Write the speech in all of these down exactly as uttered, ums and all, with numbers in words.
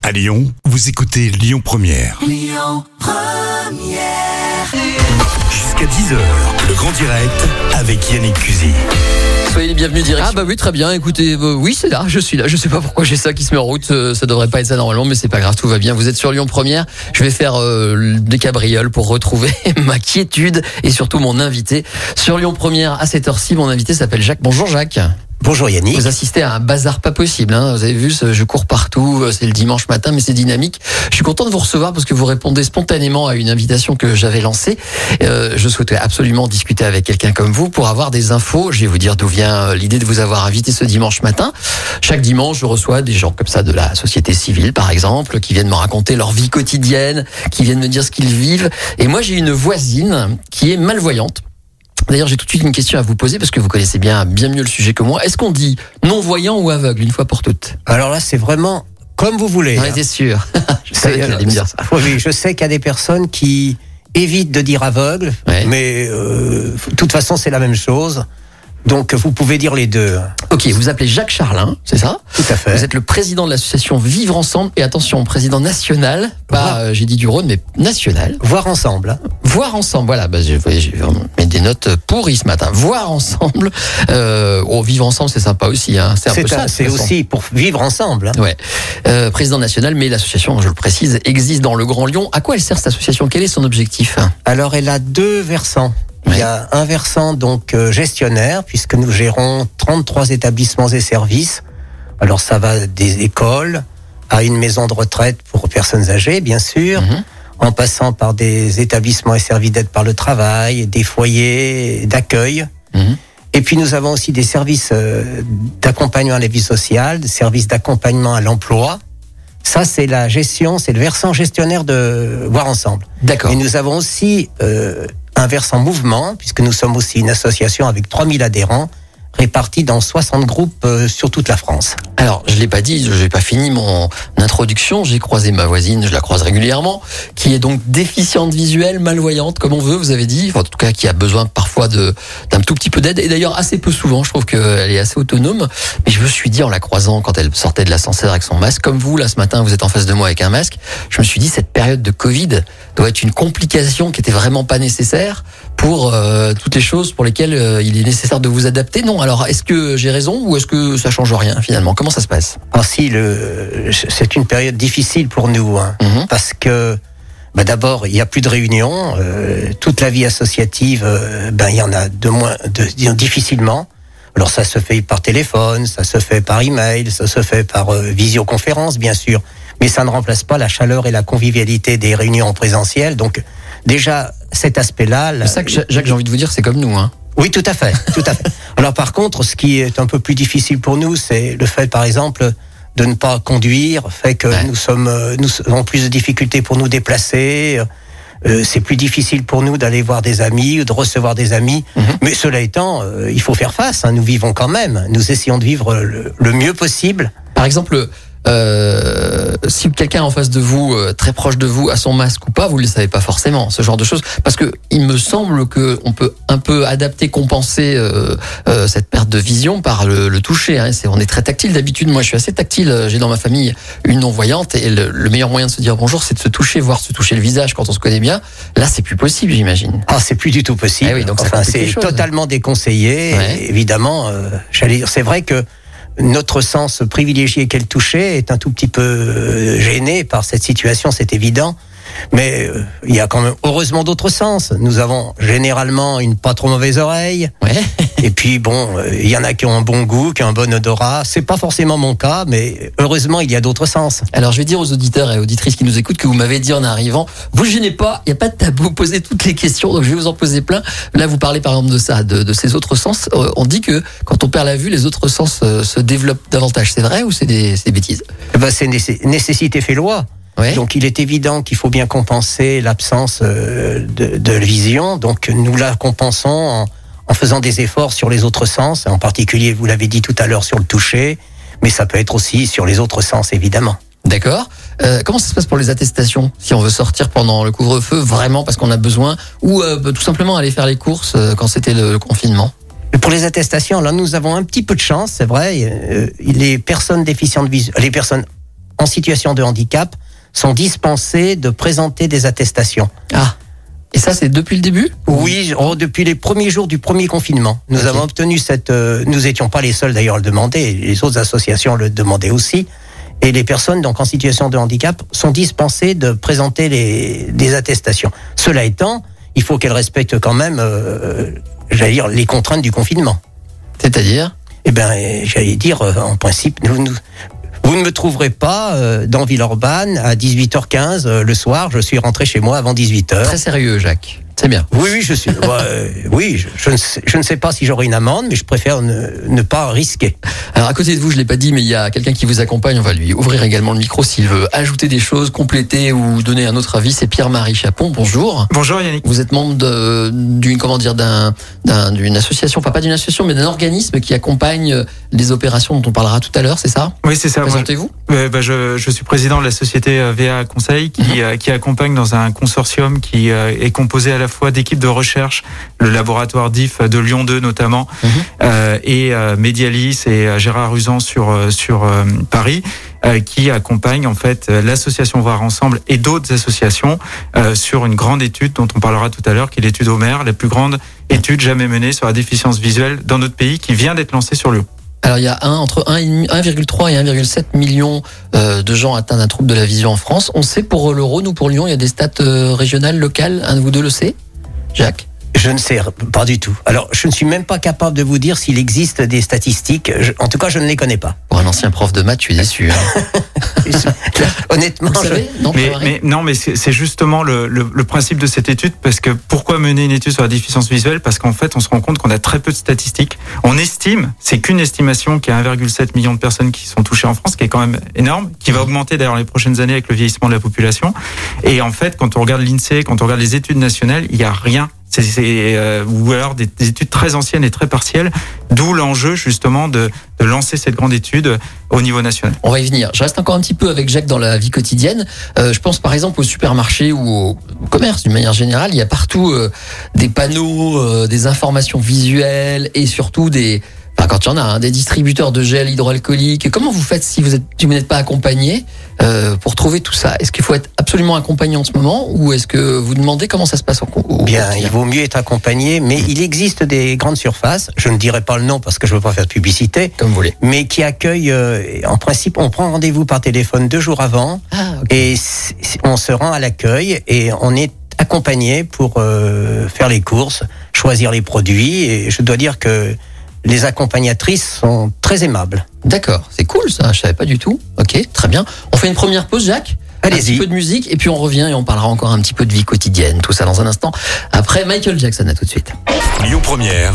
À Lyon, vous écoutez Lyon Première. Lyon Première. Jusqu'à dix heures, le grand direct avec Yannick Cusy. Soyez les bienvenus direction. Ah bah oui, très bien. Écoutez, euh, oui, c'est là, je suis là. Je sais pas pourquoi j'ai ça qui se met en route. Euh, ça devrait pas être ça normalement, mais c'est pas grave, tout va bien. Vous êtes sur Lyon Première. Je vais faire euh, des cabrioles pour retrouver ma quiétude et surtout mon invité sur Lyon Première à cette heure-ci. Mon invité s'appelle Jacques. Bonjour Jacques. Bonjour Yannick. Vous assistez à un bazar pas possible, hein. Vous avez vu, je cours partout, c'est le dimanche matin, mais c'est dynamique. Je suis content de vous recevoir parce que vous répondez spontanément à une invitation que j'avais lancée. Euh, je souhaitais absolument discuter avec quelqu'un comme vous pour avoir des infos. Je vais vous dire d'où vient l'idée de vous avoir invité ce dimanche matin. Chaque dimanche, je reçois des gens comme ça de la société civile, par exemple, qui viennent me raconter leur vie quotidienne, qui viennent me dire ce qu'ils vivent. Et moi, j'ai une voisine qui est malvoyante. D'ailleurs, j'ai tout de suite une question à vous poser parce que vous connaissez bien, bien mieux le sujet que moi. Est-ce qu'on dit non-voyant ou aveugle une fois pour toutes? Alors là, c'est vraiment comme vous voulez. J'en étais sûr. Je savais qu'elle allait me dire ça. Oui, je sais qu'il y a des personnes qui évitent de dire aveugle, Ouais. mais euh, de toute façon, c'est la même chose. Donc, vous pouvez dire les deux. Ok, vous appelez Jacques Charlin, c'est ça? Tout à fait. Vous êtes le président de l'association Vivre Ensemble. Et attention, président national, pas, euh, j'ai dit du Rhône, mais national. Voir ensemble. Hein. Voir ensemble, voilà, bah, j'ai, j'ai mis des notes pourries ce matin. Voir ensemble, euh, oh, vivre ensemble, c'est sympa aussi, hein. C'est un C'est, peu ça. un- de c'est toute façon. aussi pour vivre ensemble. Hein. Ouais, euh, président national, mais l'association, je le précise, existe dans le Grand Lyon. À quoi elle sert cette association? Quel est son objectif? Alors, elle a deux versants. Il y a un versant donc euh, gestionnaire, puisque nous gérons trente-trois établissements et services. Alors, ça va des écoles à une maison de retraite pour personnes âgées, bien sûr, Mhm. en passant par des établissements et services d'aide par le travail, des foyers d'accueil. Mhm. Et puis, nous avons aussi des services euh, d'accompagnement à la vie sociale, des services d'accompagnement à l'emploi. Ça, c'est la gestion, c'est le versant gestionnaire de Voir Ensemble. D'accord. Et nous avons aussi euh, un versant mouvement, puisque nous sommes aussi une association avec trois mille adhérents, répartis dans soixante groupes euh, sur toute la France. Alors, je l'ai pas dit, je n'ai pas fini mon introduction. J'ai croisé ma voisine, je la croise régulièrement, qui est donc déficiente visuelle, malvoyante, comme on veut, vous avez dit. Enfin, en tout cas, qui a besoin parfois de d'un tout petit peu d'aide. Et d'ailleurs, assez peu souvent, je trouve qu'elle est assez autonome. Mais je me suis dit, en la croisant, quand elle sortait de l'ascenseur avec son masque, comme vous, là, ce matin, vous êtes en face de moi avec un masque, je me suis dit, cette période de Covid doit être une complication qui était vraiment pas nécessaire pour euh, toutes les choses pour lesquelles euh, il est nécessaire de vous adapter. Non, alors, est-ce que j'ai raison ou est-ce que ça change rien, finalement? Comment ça se passe? Alors si, le, c'est une période difficile pour nous, hein, Mhm. parce que bah d'abord, il n'y a plus de réunions, euh, toute la vie associative, euh, ben, il y en a de moins, de, disons, difficilement. Alors ça se fait par téléphone, ça se fait par email, ça se fait par euh, visioconférence, bien sûr, mais ça ne remplace pas la chaleur et la convivialité des réunions en présentiel. Donc déjà, cet aspect-là... la- C'est ça que Jacques, j'ai envie de vous dire, c'est comme nous, hein. Oui, tout à fait, tout à fait. Alors par contre, ce qui est un peu plus difficile pour nous, c'est le fait, par exemple, de ne pas conduire, fait que Ouais. nous sommes, euh, nous avons plus de difficultés pour nous déplacer. Euh, c'est plus difficile pour nous d'aller voir des amis ou de recevoir des amis. Mhm. Mais cela étant, euh, il faut faire face. Hein, nous vivons quand même. Nous essayons de vivre le, le mieux possible. Par exemple, euh, si quelqu'un en face de vous, euh, très proche de vous, a son masque ou pas, vous ne le savez pas forcément, ce genre de choses. Parce que il me semble que on peut un peu adapter, compenser euh, euh, cette perte de vision par le, le toucher. Hein. C'est, on est très tactile d'habitude. Moi, je suis assez tactile. J'ai dans ma famille une non-voyante et le, le meilleur moyen de se dire bonjour, c'est de se toucher, voire se toucher le visage quand on se connaît bien. Là, c'est plus possible, j'imagine. Ah, c'est plus du tout possible. Ah oui, donc ça enfin, complique les c'est choses. totalement déconseillé. Ouais. Et évidemment, euh, j'allais dire, c'est vrai que notre sens privilégié qu'elle touchait est un tout petit peu euh, gêné par cette situation, c'est évident. Mais euh, il y a quand même heureusement d'autres sens. Nous avons généralement une pas trop mauvaise oreille. Ouais. Et puis bon, euh, il y en a qui ont un bon goût, qui ont un bon odorat. C'est pas forcément mon cas, mais heureusement il y a d'autres sens. Alors, je vais dire aux auditeurs et auditrices qui nous écoutent que vous m'avez dit en arrivant, vous gênez pas, il n'y a pas de tabou, posez toutes les questions, donc je vais vous en poser plein. Là, vous parlez par exemple de ça, de, de ces autres sens. Euh, on dit que quand on perd la vue, les autres sens euh, se développent davantage. C'est vrai ou c'est des, c'est des bêtises? Eh ben, c'est nécess- nécessité fait loi. Ouais. Donc il est évident qu'il faut bien compenser l'absence euh, de, de vision. Donc nous la compensons en, en faisant des efforts sur les autres sens, en particulier, vous l'avez dit tout à l'heure, sur le toucher, mais ça peut être aussi sur les autres sens, évidemment. D'accord. Euh, comment ça se passe pour les attestations? Si on veut sortir pendant le couvre-feu, vraiment parce qu'on a besoin, ou euh, tout simplement aller faire les courses euh, quand c'était le, le confinement? Et pour les attestations, là, nous avons un petit peu de chance, c'est vrai. Euh, les personnes déficientes visuelles, les personnes en situation de handicap sont dispensés de présenter des attestations. Ah. Et ça, c'est depuis le début ? Oui, oh, depuis les premiers jours du premier confinement. Nous okay. avons obtenu cette... Euh, nous étions pas les seuls d'ailleurs à le demander, les autres associations le demandaient aussi. Et les personnes donc en situation de handicap sont dispensées de présenter les, des attestations. Cela étant, il faut qu'elles respectent quand même, euh, j'allais dire, les contraintes du confinement. C'est-à-dire ? Eh bien, j'allais dire, en principe, nous... nous Vous ne me trouverez pas euh, dans Villeurbanne à dix-huit heures quinze euh, le soir. Je suis rentré chez moi avant dix-huit heures. Très sérieux, Jacques. C'est bien. Oui, oui, je suis. bah, euh, oui, je, je, ne sais, je ne sais pas si j'aurai une amende, mais je préfère ne, ne pas risquer. Alors, à côté de vous, je l'ai pas dit, mais il y a quelqu'un qui vous accompagne. On va lui ouvrir également le micro s'il veut ajouter des choses, compléter ou donner un autre avis. C'est Pierre-Marie Chapon. Bonjour. Bonjour Yannick. Vous êtes membre de, d'une comment dire d'un, d'un d'une association, enfin pas d'une association, mais d'un organisme qui accompagne les opérations dont on parlera tout à l'heure. C'est ça ? Oui, c'est ça. Présentez-vous. Euh, bah, je, je suis président de la société V A Conseil qui, mmh. euh, qui accompagne dans un consortium qui euh, est composé à la fois d'équipes de recherche, le laboratoire D I F de Lyon deux notamment, mmh. euh, et euh, Medialis et euh, Gérard Usan sur euh, sur euh, Paris, euh, qui accompagne en fait l'association Voir Ensemble et d'autres associations euh, sur une grande étude dont on parlera tout à l'heure, qui est l'étude Homer, la plus grande étude jamais menée sur la déficience visuelle dans notre pays, qui vient d'être lancée sur Lyon. Alors il y a un, entre un virgule trois et un virgule sept millions euh, de gens atteints d'un trouble de la vision en France. On sait pour le Rhône ou pour Lyon, il y a des stats euh, régionales, locales. Un de vous deux le sait ? Jacques ? Je ne sais pas du tout. Alors, je ne suis même pas capable de vous dire s'il existe des statistiques. Je, en tout cas, je ne les connais pas. Pour un ancien prof de maths, je suis déçu. Hein. Honnêtement, vous savez, je... non, mais, mais non, mais c'est, c'est justement le, le, le principe de cette étude. Parce que pourquoi mener une étude sur la déficience visuelle ? Parce qu'en fait, on se rend compte qu'on a très peu de statistiques. On estime, c'est qu'une estimation, qu'il y a un virgule sept million de personnes qui sont touchées en France, qui est quand même énorme, qui va augmenter d'ailleurs les prochaines années avec le vieillissement de la population. Et en fait, quand on regarde l'INSEE, quand on regarde les études nationales, il y a rien. C'est, c'est, euh, ou alors des, des études très anciennes et très partielles, d'où l'enjeu justement de, de lancer cette grande étude au niveau national. On va y venir. Je reste encore un petit peu avec Jacques dans la vie quotidienne. Euh, je pense par exemple au supermarché ou au commerce d'une manière générale. Il y a partout euh, des panneaux, euh, des informations visuelles et surtout des... Enfin, quand il y en a, hein, des distributeurs de gel hydroalcoolique. Comment vous faites si vous êtes, si vous n'êtes pas accompagné euh, pour trouver tout ça ? Est-ce qu'il faut être absolument accompagné en ce moment ou est-ce que vous demandez comment ça se passe au, au Bien, quotidien ? Il vaut mieux être accompagné, mais il existe des grandes surfaces. Je ne dirai pas le nom parce que je ne veux pas faire de publicité. Comme vous voulez. Mais qui accueillent. Euh, en principe, on prend rendez-vous par téléphone deux jours avant ah, okay. et on se rend à l'accueil et on est accompagné pour euh, faire les courses, choisir les produits. Et je dois dire que les accompagnatrices sont très aimables. D'accord, c'est cool ça, je savais pas du tout. Ok, très bien. On fait une première pause, Jacques ? Allez-y. Un petit peu de musique et puis on revient et on parlera encore un petit peu de vie quotidienne. Tout ça dans un instant. Après Michael Jackson, à tout de suite. Lyon Première,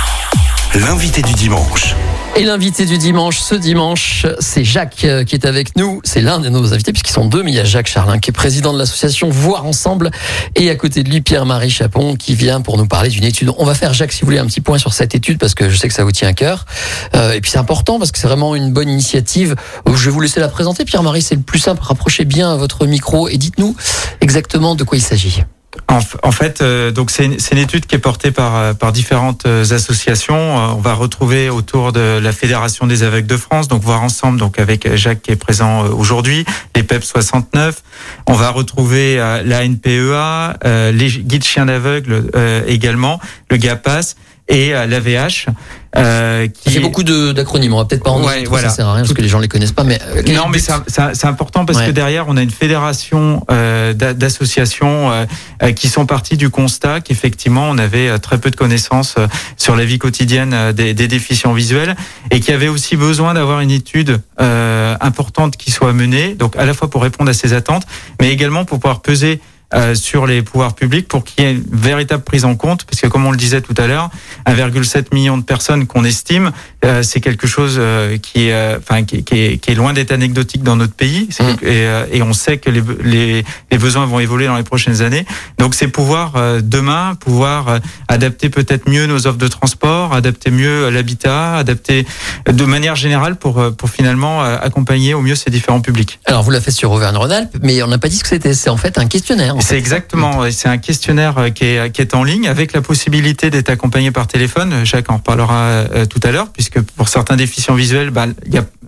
l'invité du dimanche. Et l'invité du dimanche, ce dimanche, c'est Jacques qui est avec nous. C'est l'un de nos invités puisqu'ils sont deux, mais il y a Jacques Charlin qui est président de l'association Voir Ensemble et à côté de lui Pierre-Marie Chapon qui vient pour nous parler d'une étude. On va faire, Jacques, si vous voulez, un petit point sur cette étude parce que je sais que ça vous tient à cœur. Euh, et puis c'est important parce que c'est vraiment une bonne initiative. Je vais vous laisser la présenter. Pierre-Marie, c'est le plus simple. Rapprochez bien votre micro et dites-nous exactement de quoi il s'agit. En, en fait, euh, donc c'est une, c'est une étude qui est portée par par différentes associations. Euh, on va retrouver autour de la Fédération des aveugles de France, donc Voir Ensemble, donc avec Jacques qui est présent aujourd'hui, les P E P soixante-neuf. On va retrouver euh, la N P E A, euh, les guides chiens d'aveugles euh, également, le GAPAS et euh, l'A V H. Euh, qui... Ça fait beaucoup de, d'acronymes. On va peut-être pas en ouais, dire, voilà. Ça sert à rien parce que les gens les connaissent pas. Mais euh, non, mais c'est, c'est, c'est important parce ouais. que derrière, on a une fédération euh, d'associations euh, qui sont parties du constat qu'effectivement, on avait très peu de connaissances sur la vie quotidienne des, des déficients visuels et qui avait aussi besoin d'avoir une étude euh, importante qui soit menée, donc à la fois pour répondre à ces attentes, mais également pour pouvoir peser Euh, sur les pouvoirs publics pour qu'il y ait une véritable prise en compte, parce que comme on le disait tout à l'heure, un virgule sept million de personnes qu'on estime, euh, c'est quelque chose euh, qui est, euh, enfin qui, qui, est, qui est loin d'être anecdotique dans notre pays, c'est mmh. et, euh, et on sait que les, les, les besoins vont évoluer dans les prochaines années. Donc c'est pouvoir euh, demain pouvoir euh, adapter peut-être mieux nos offres de transport, adapter mieux l'habitat, adapter de manière générale pour pour finalement euh, accompagner au mieux ces différents publics. Alors vous l'avez fait sur Auvergne-Rhône-Alpes, mais on n'a pas dit ce que c'était. C'est en fait un questionnaire. C'est exactement, c'est un questionnaire qui est, qui est en ligne avec la possibilité d'être accompagné par téléphone. Jacques en reparlera euh, tout à l'heure, puisque pour certains déficients visuels, bah, il y a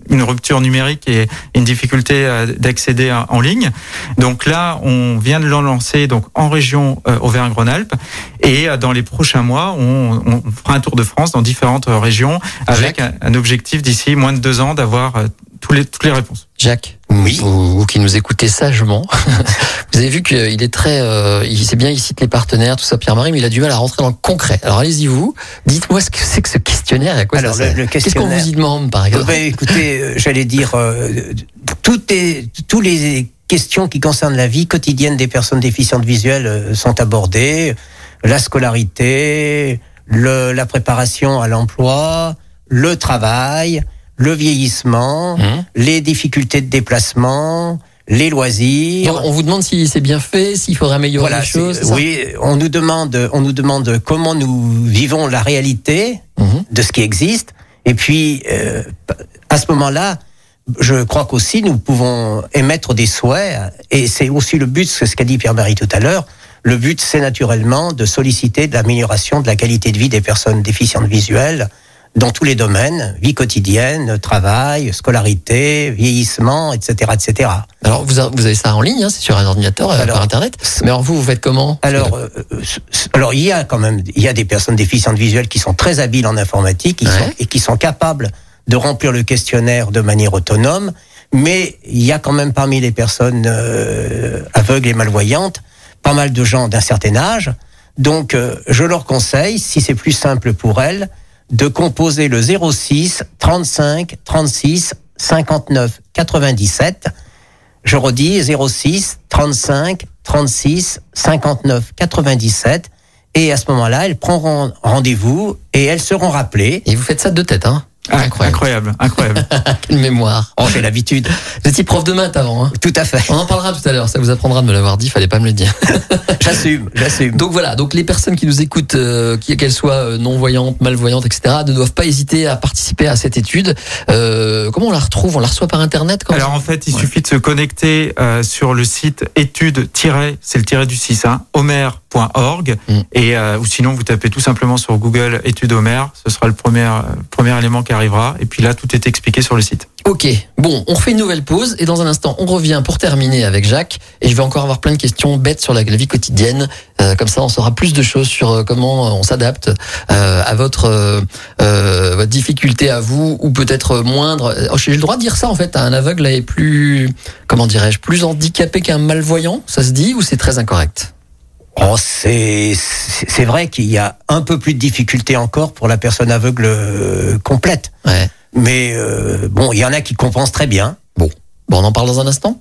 une rupture numérique et une difficulté d'accéder en ligne. Donc là, on vient de le lancer donc en région euh, Auvergne-Rhône-Alpes et euh, dans les prochains mois, on, on fera un tour de France dans différentes régions avec un, un objectif d'ici moins de deux ans d'avoir euh, tous les, toutes les réponses. Jacques, oui. vous, vous qui nous écoutez sagement, vous avez vu qu'il est très, euh, il sait bien, il cite les partenaires, tout ça, Pierre-Marie, mais il a du mal à rentrer dans le concret. Alors allez-y vous, dites-moi ce que c'est que ce questionnaire, à quoi Alors, ça sert. le, le Qu'est-ce qu'on vous y demande, par exemple? Ben, écoutez, euh, j'allais dire, euh, toutes les, tous les questions qui concernent la vie quotidienne des personnes déficientes visuelles euh, sont abordées. La scolarité, le, la préparation à l'emploi, le travail, le vieillissement, mmh. les difficultés de déplacement, les loisirs. On vous demande si c'est bien fait, s'il faudrait améliorer voilà, les choses. C'est, oui, on nous demande, on nous demande comment nous vivons la réalité mmh. de ce qui existe. Et puis, euh, à ce moment-là, je crois qu'aussi nous pouvons émettre des souhaits. Et c'est aussi le but, c'est ce qu'a dit Pierre-Marie tout à l'heure. Le but, c'est naturellement de solliciter de l'amélioration de la qualité de vie des personnes déficientes visuelles dans tous les domaines, vie quotidienne, travail, scolarité, vieillissement, et cetera, et cetera. Alors, vous avez ça en ligne, hein, c'est sur un ordinateur, alors, par Internet. Mais alors, vous, vous faites comment? Alors, euh, alors, il y a quand même, il y a des personnes déficientes visuelles qui sont très habiles en informatique qui ouais. sont, et qui sont capables de remplir le questionnaire de manière autonome. Mais il y a quand même parmi les personnes euh, aveugles et malvoyantes pas mal de gens d'un certain âge. Donc, euh, je leur conseille, si c'est plus simple pour elles, de composer le zéro six trente-cinq trente-six cinquante-neuf quatre-vingt-dix-sept. Je redis zéro six trente-cinq trente-six cinquante-neuf quatre-vingt-dix-sept. Et à ce moment-là, elles prendront rendez-vous et elles seront rappelées. Et vous faites ça de tête, hein? Ah, incroyable, incroyable. Quelle mémoire. On fait l'habitude. Vous étiez prof de maths avant, hein? Tout à fait. On en parlera tout à l'heure. Ça vous apprendra de me l'avoir dit. Fallait pas me le dire. J'assume, j'assume. Donc voilà. Donc les personnes qui nous écoutent, euh, qu'elles soient non-voyantes, malvoyantes, et cetera, ne doivent pas hésiter à participer à cette étude. Euh, comment on la retrouve? On la reçoit par Internet? Alors en fait, il ouais. suffit de se connecter euh, sur le site études- c'est le tiret du six, hein, omer point org mm. et euh, ou sinon vous tapez tout simplement sur Google études Omer. Ce sera le premier euh, premier élément qui arrivera. Et puis là, tout est expliqué sur le site. Ok, bon, on refait une nouvelle pause et dans un instant, on revient pour terminer avec Jacques. Et je vais encore avoir plein de questions bêtes sur la, la vie quotidienne. Euh, comme ça, on saura plus de choses sur euh, comment on s'adapte euh, à votre euh, euh, votre difficulté à vous ou peut-être moindre. J'ai le droit de dire ça en fait. Un aveugle est plus, comment dirais-je, plus handicapé qu'un malvoyant. Ça se dit ou c'est très incorrect? Oh, c'est c'est vrai qu'il y a un peu plus de difficultés encore pour la personne aveugle euh, complète. Ouais. Mais euh, bon, il y en a qui compensent très bien. Bon, bon, on en parle dans un instant.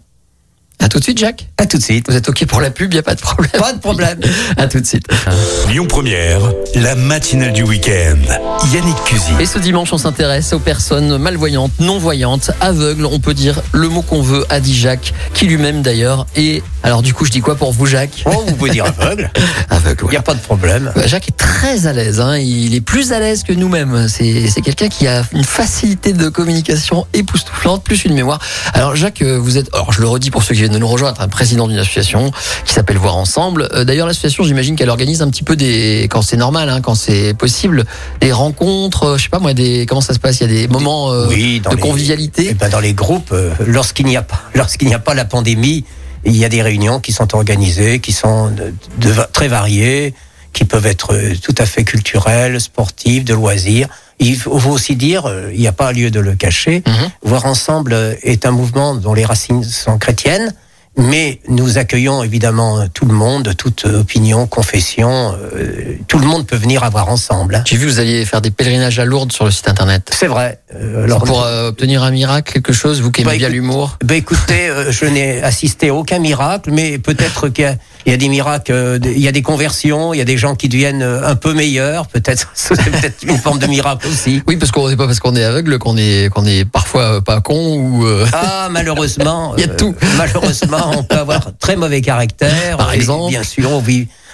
À tout de suite, Jacques. À tout de suite. Vous êtes ok pour la pub, y a pas de problème. Pas de problème. À tout de suite. Lyon Première, la matinale du week-end. Yannick Cusy. Et ce dimanche, on s'intéresse aux personnes malvoyantes, non-voyantes, aveugles. On peut dire le mot qu'on veut, a dit Jacques, qui lui-même d'ailleurs. Et alors du coup, je dis quoi pour vous, Jacques? Oh, vous pouvez dire aveugle. Aveugle, il ouais. n'y a pas de problème. Jacques est très à l'aise. Hein. Il est plus à l'aise que nous-mêmes. C'est, c'est quelqu'un qui a une facilité de communication époustouflante, plus une mémoire. Alors Jacques, vous êtes, alors je le redis pour ceux qui viennent de nous rejoindre, un président d'une association qui s'appelle Voir Ensemble. Euh, d'ailleurs, l'association, j'imagine qu'elle organise un petit peu des, quand c'est normal, hein, quand c'est possible, des rencontres, euh, je sais pas moi, des, comment ça se passe? Il y a des moments euh, oui, dans de les, convivialité. Eh ben dans les groupes, euh, lorsqu'il n'y a pas, lorsqu'il n'y a pas la pandémie, il y a des réunions qui sont organisées, qui sont de, de, très variées, qui peuvent être tout à fait culturelles, sportives, de loisirs. Il faut aussi dire, il n'y a pas lieu de le cacher, mmh. Voir Ensemble est un mouvement dont les racines sont chrétiennes, mais nous accueillons évidemment tout le monde, toute opinion, confession, euh, tout le monde peut venir à Voir Ensemble. J'ai vu que vous alliez faire des pèlerinages à Lourdes sur le site internet. C'est vrai. Euh, alors, pour euh, obtenir un miracle, quelque chose, vous qui aimez bah, bien écoute, l'humour. Bah écoutez, euh, je n'ai assisté à aucun miracle, mais peut-être qu'il y a, il y a des miracles, euh, il y a des conversions, il y a des gens qui deviennent un peu meilleurs, peut-être, c'est peut-être une forme de miracle aussi. Oui, parce qu'on n'est pas parce qu'on est aveugle qu'on est qu'on est parfois pas con ou. Euh... Ah malheureusement. Il y a tout. Euh, malheureusement, on peut avoir très mauvais caractère. Par exemple. Bien sûr, on vit.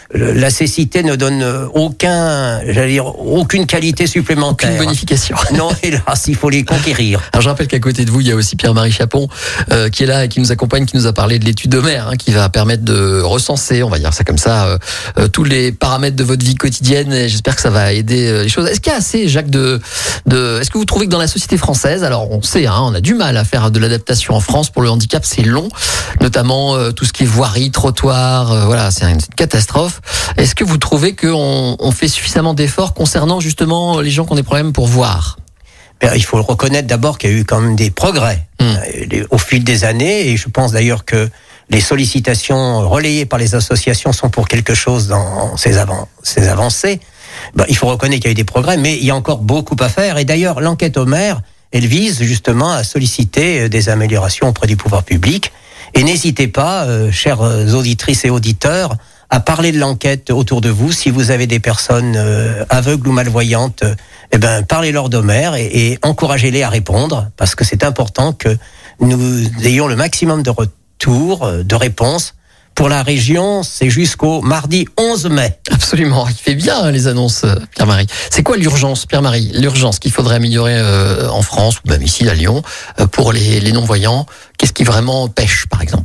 la cécité ne donne aucun, j'allais dire, aucune qualité supplémentaire. Aucune bonification. Non, hélas, il faut les conquérir. Alors je rappelle qu'à côté de vous, il y a aussi Pierre-Marie Chapon euh, qui est là et qui nous accompagne, qui nous a parlé de l'étude Homer, hein, qui va permettre de recenser, on va dire ça comme ça, euh, euh, tous les paramètres de votre vie quotidienne. Et j'espère que ça va aider euh, les choses. Est-ce qu'il y a assez, Jacques, de, de, est-ce que vous trouvez que dans la société française, alors on sait, hein, on a du mal à faire de l'adaptation en France pour le handicap, c'est long, notamment euh, tout ce qui est voirie, trottoir, euh, voilà, c'est une catastrophe. Est-ce que vous trouvez qu'on on fait suffisamment d'efforts concernant justement les gens qui ont des problèmes pour voir ? Ben, il faut le reconnaître d'abord qu'il y a eu quand même des progrès mmh. euh, au fil des années, et je pense d'ailleurs que les sollicitations relayées par les associations sont pour quelque chose dans ces, avan- ces avancées. Ben, il faut reconnaître qu'il y a eu des progrès, mais il y a encore beaucoup à faire. Et d'ailleurs, l'enquête Homer, elle vise justement à solliciter des améliorations auprès du pouvoir public. Et n'hésitez pas, euh, chères auditrices et auditeurs, à parler de l'enquête autour de vous. Si vous avez des personnes euh, aveugles ou malvoyantes, euh, eh ben, parlez-leur d'Homer et, et encouragez-les à répondre, parce que c'est important que nous ayons le maximum de retours, euh, de réponses. Pour la région, c'est jusqu'au mardi onze mai. Absolument, il fait bien hein, les annonces, Pierre-Marie. C'est quoi l'urgence, Pierre-Marie ? L'urgence qu'il faudrait améliorer euh, en France, ou même ici à Lyon, euh, pour les, les non-voyants. Qu'est-ce qui vraiment pêche, par exemple ?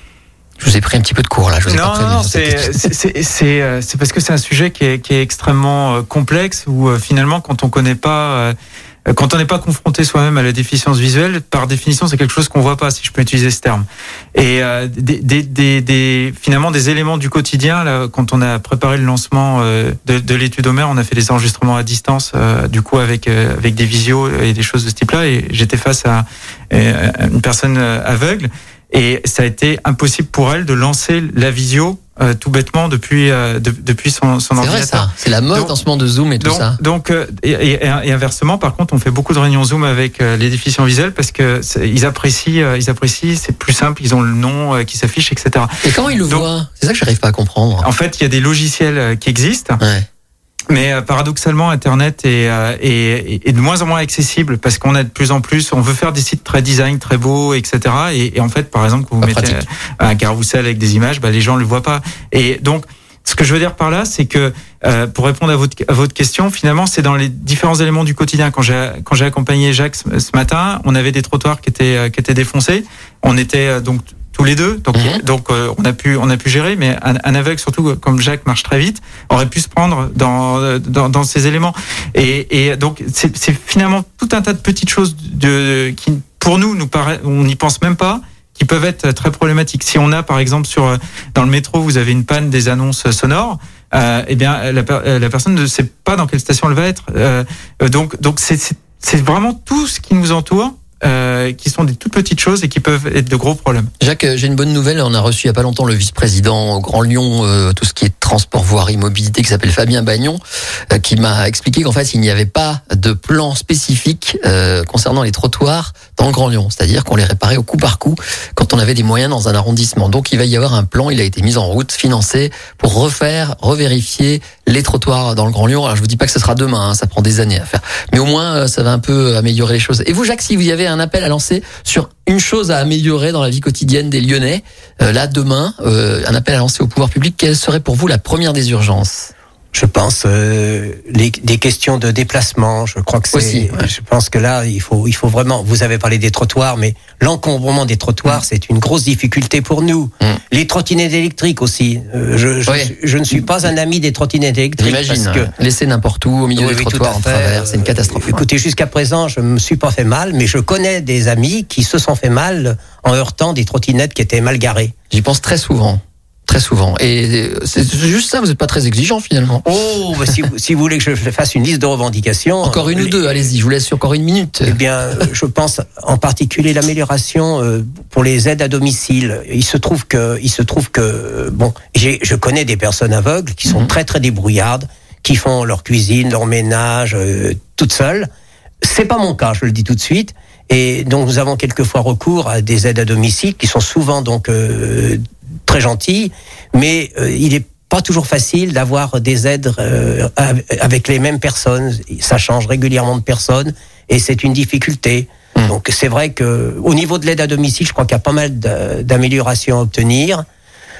Je vous ai pris un petit peu de cours là. Je vous ai non, pas prévenu non, c'est, c'est, c'est, c'est, c'est parce que c'est un sujet qui est, qui est extrêmement complexe, où finalement, quand on connaît pas... Quand on n'est pas confronté soi-même à la déficience visuelle, par définition, c'est quelque chose qu'on voit pas, si je peux utiliser ce terme. Et euh, des, des, des, des, finalement, des éléments du quotidien. Là, quand on a préparé le lancement euh, de, de l'étude Homer, on a fait des enregistrements à distance, euh, du coup, avec euh, avec des visios et des choses de ce type-là. Et j'étais face à euh, une personne aveugle, et ça a été impossible pour elle de lancer la visio. Euh, tout bêtement depuis euh, de, depuis son, son c'est ordinateur. C'est vrai ça, c'est la mode donc, en ce moment de Zoom et tout donc, ça. Donc euh, et, et, et inversement, par contre, on fait beaucoup de réunions Zoom avec euh, les déficients visuels parce que ils apprécient, euh, ils apprécient, c'est plus simple, ils ont le nom euh, qui s'affiche, et cetera. Et comment ils le donc, voient ? C'est ça que j'arrive pas à comprendre. En fait, il y a des logiciels euh, qui existent. Ouais. Mais euh, paradoxalement, Internet est, euh, est, est de moins en moins accessible parce qu'on a de plus en plus, on veut faire des sites très design, très beaux, et cetera. Et, et en fait, par exemple, quand vous pas mettez pratique. un carrousel avec des images, bah, les gens ne le voient pas. Et donc, ce que je veux dire par là, c'est que euh, pour répondre à votre, à votre question, finalement, c'est dans les différents éléments du quotidien. Quand j'ai, quand j'ai accompagné Jacques ce, ce matin, on avait des trottoirs qui étaient, qui étaient défoncés. On était euh, donc tous les deux, donc mmh. donc euh, on a pu on a pu gérer, mais un, un aveugle, surtout comme Jacques marche très vite, aurait pu se prendre dans dans, dans ces éléments. Et, et donc c'est, c'est finalement tout un tas de petites choses de, qui pour nous nous paraît, on n'y pense même pas, qui peuvent être très problématiques. Si on a par exemple sur dans le métro, vous avez une panne des annonces sonores, euh, eh bien la, la personne ne sait pas dans quelle station elle va être. Euh, donc donc c'est, c'est c'est vraiment tout ce qui nous entoure. Euh, qui sont des toutes petites choses et qui peuvent être de gros problèmes. Jacques, j'ai une bonne nouvelle. On a reçu il y a pas longtemps le vice-président au Grand Lyon, euh, tout ce qui est transport, voirie, mobilité, qui s'appelle Fabien Bagnon, euh, qui m'a expliqué qu'en fait, il n'y avait pas de plan spécifique euh, concernant les trottoirs dans le Grand Lyon. C'est-à-dire qu'on les réparait au coup par coup quand on avait des moyens dans un arrondissement. Donc, il va y avoir un plan. Il a été mis en route, financé pour refaire, revérifier les trottoirs dans le Grand Lyon. Alors, je vous dis pas que ce sera demain. Hein, ça prend des années à faire. Mais au moins, euh, ça va un peu améliorer les choses. Et vous, Jacques, si vous y avez un appel à lancer sur une chose à améliorer dans la vie quotidienne des Lyonnais, euh, là demain, euh, un appel à lancer au pouvoir public, quelle serait pour vous la première des urgences ? Je pense euh, les, des questions de déplacement. Je crois que c'est. Aussi, ouais. Je pense que là, il faut, il faut vraiment. Vous avez parlé des trottoirs, mais l'encombrement des trottoirs, mmh. c'est une grosse difficulté pour nous. Mmh. Les trottinettes électriques aussi. Euh, je, je, oui. je ne suis pas un ami des trottinettes électriques. J'imagine. Parce que ouais. Laisser n'importe où au milieu oui, des oui, trottoirs en travers, c'est une catastrophe. Euh, écoutez, jusqu'à présent, je me suis pas fait mal, mais je connais des amis qui se sont fait mal en heurtant des trottinettes qui étaient mal garées. J'y pense très souvent. Très souvent. Et c'est juste ça, vous n'êtes pas très exigeant finalement. Oh, bah si, si vous voulez que je fasse une liste de revendications. Encore une les... ou deux, allez-y, je vous laisse encore une minute. Eh bien, je pense en particulier l'amélioration pour les aides à domicile. Il se trouve que, il se trouve que, bon, j'ai, je connais des personnes aveugles qui sont mmh. très très débrouillardes, qui font leur cuisine, leur ménage, euh, toutes seules. C'est pas mon cas, je le dis tout de suite. Et donc nous avons quelquefois recours à des aides à domicile qui sont souvent donc euh, très gentilles, mais euh, il est pas toujours facile d'avoir des aides euh, avec les mêmes personnes. Ça change régulièrement de personnes et c'est une difficulté. Mmh. Donc c'est vrai que au niveau de l'aide à domicile, je crois qu'il y a pas mal d'améliorations à obtenir.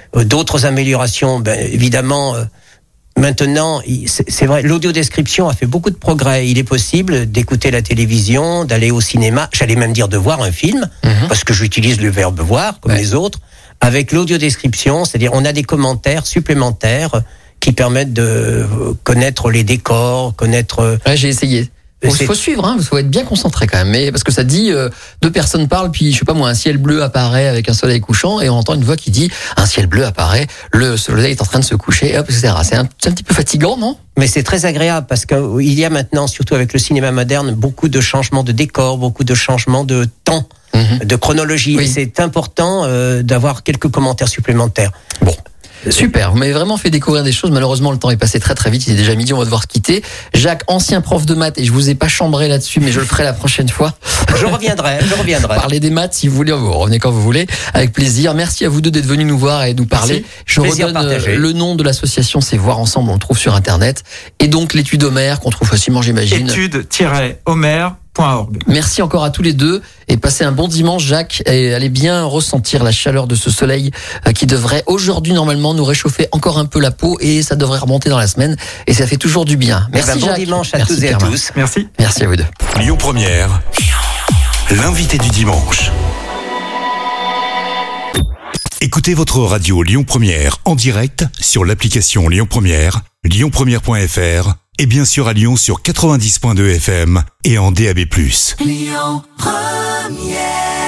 Euh, d'autres améliorations, ben, évidemment. Euh, Maintenant, c'est vrai, l'audiodescription a fait beaucoup de progrès. Il est possible d'écouter la télévision, d'aller au cinéma, j'allais même dire de voir un film, mmh. parce que j'utilise le verbe voir, comme ouais. les autres, avec l'audiodescription, c'est-à-dire on a des commentaires supplémentaires qui permettent de connaître les décors, connaître... Ouais, j'ai essayé. Il faut, faut suivre, hein, faut être bien concentré quand même, mais parce que ça dit euh, deux personnes parlent, puis je sais pas moi, un ciel bleu apparaît avec un soleil couchant, et on entend une voix qui dit un ciel bleu apparaît, le soleil est en train de se coucher, hop, et cetera. C'est un, c'est un petit peu fatigant, non ? Mais c'est très agréable parce qu'il y a maintenant, surtout avec le cinéma moderne, beaucoup de changements de décor, beaucoup de changements de temps, mmh. de chronologie. Oui. Et c'est important euh, d'avoir quelques commentaires supplémentaires. Bon. Super, vous m'avez vraiment fait découvrir des choses. Malheureusement, le temps est passé très très vite. Il est déjà midi, on va devoir se quitter. Jacques, ancien prof de maths, et je vous ai pas chambré là-dessus, mais je le ferai la prochaine fois. Je reviendrai, je reviendrai. Parlez des maths si vous voulez, vous revenez quand vous voulez, avec plaisir. Merci à vous deux d'être venus nous voir et nous parler. Merci. Je Plaisir redonne partagé. Le nom de l'association, c'est Voir Ensemble, on le trouve sur Internet. Et donc l'étude Homère, qu'on trouve facilement, j'imagine. étude tiret homère point org. Merci encore à tous les deux et passez un bon dimanche, Jacques, et allez bien ressentir la chaleur de ce soleil qui devrait aujourd'hui normalement nous réchauffer encore un peu la peau et ça devrait remonter dans la semaine et ça fait toujours du bien. Merci, ben, bon Jacques. dimanche à Merci, tous et Pierre à tous. Merci. Merci à vous deux. Lyon Première, l'invité du dimanche. Écoutez votre radio Lyon Première en direct sur l'application Lyon Première, lyon première point f r et bien sûr à Lyon sur quatre-vingt-dix point deux F M et en D A B plus. Lyon Première.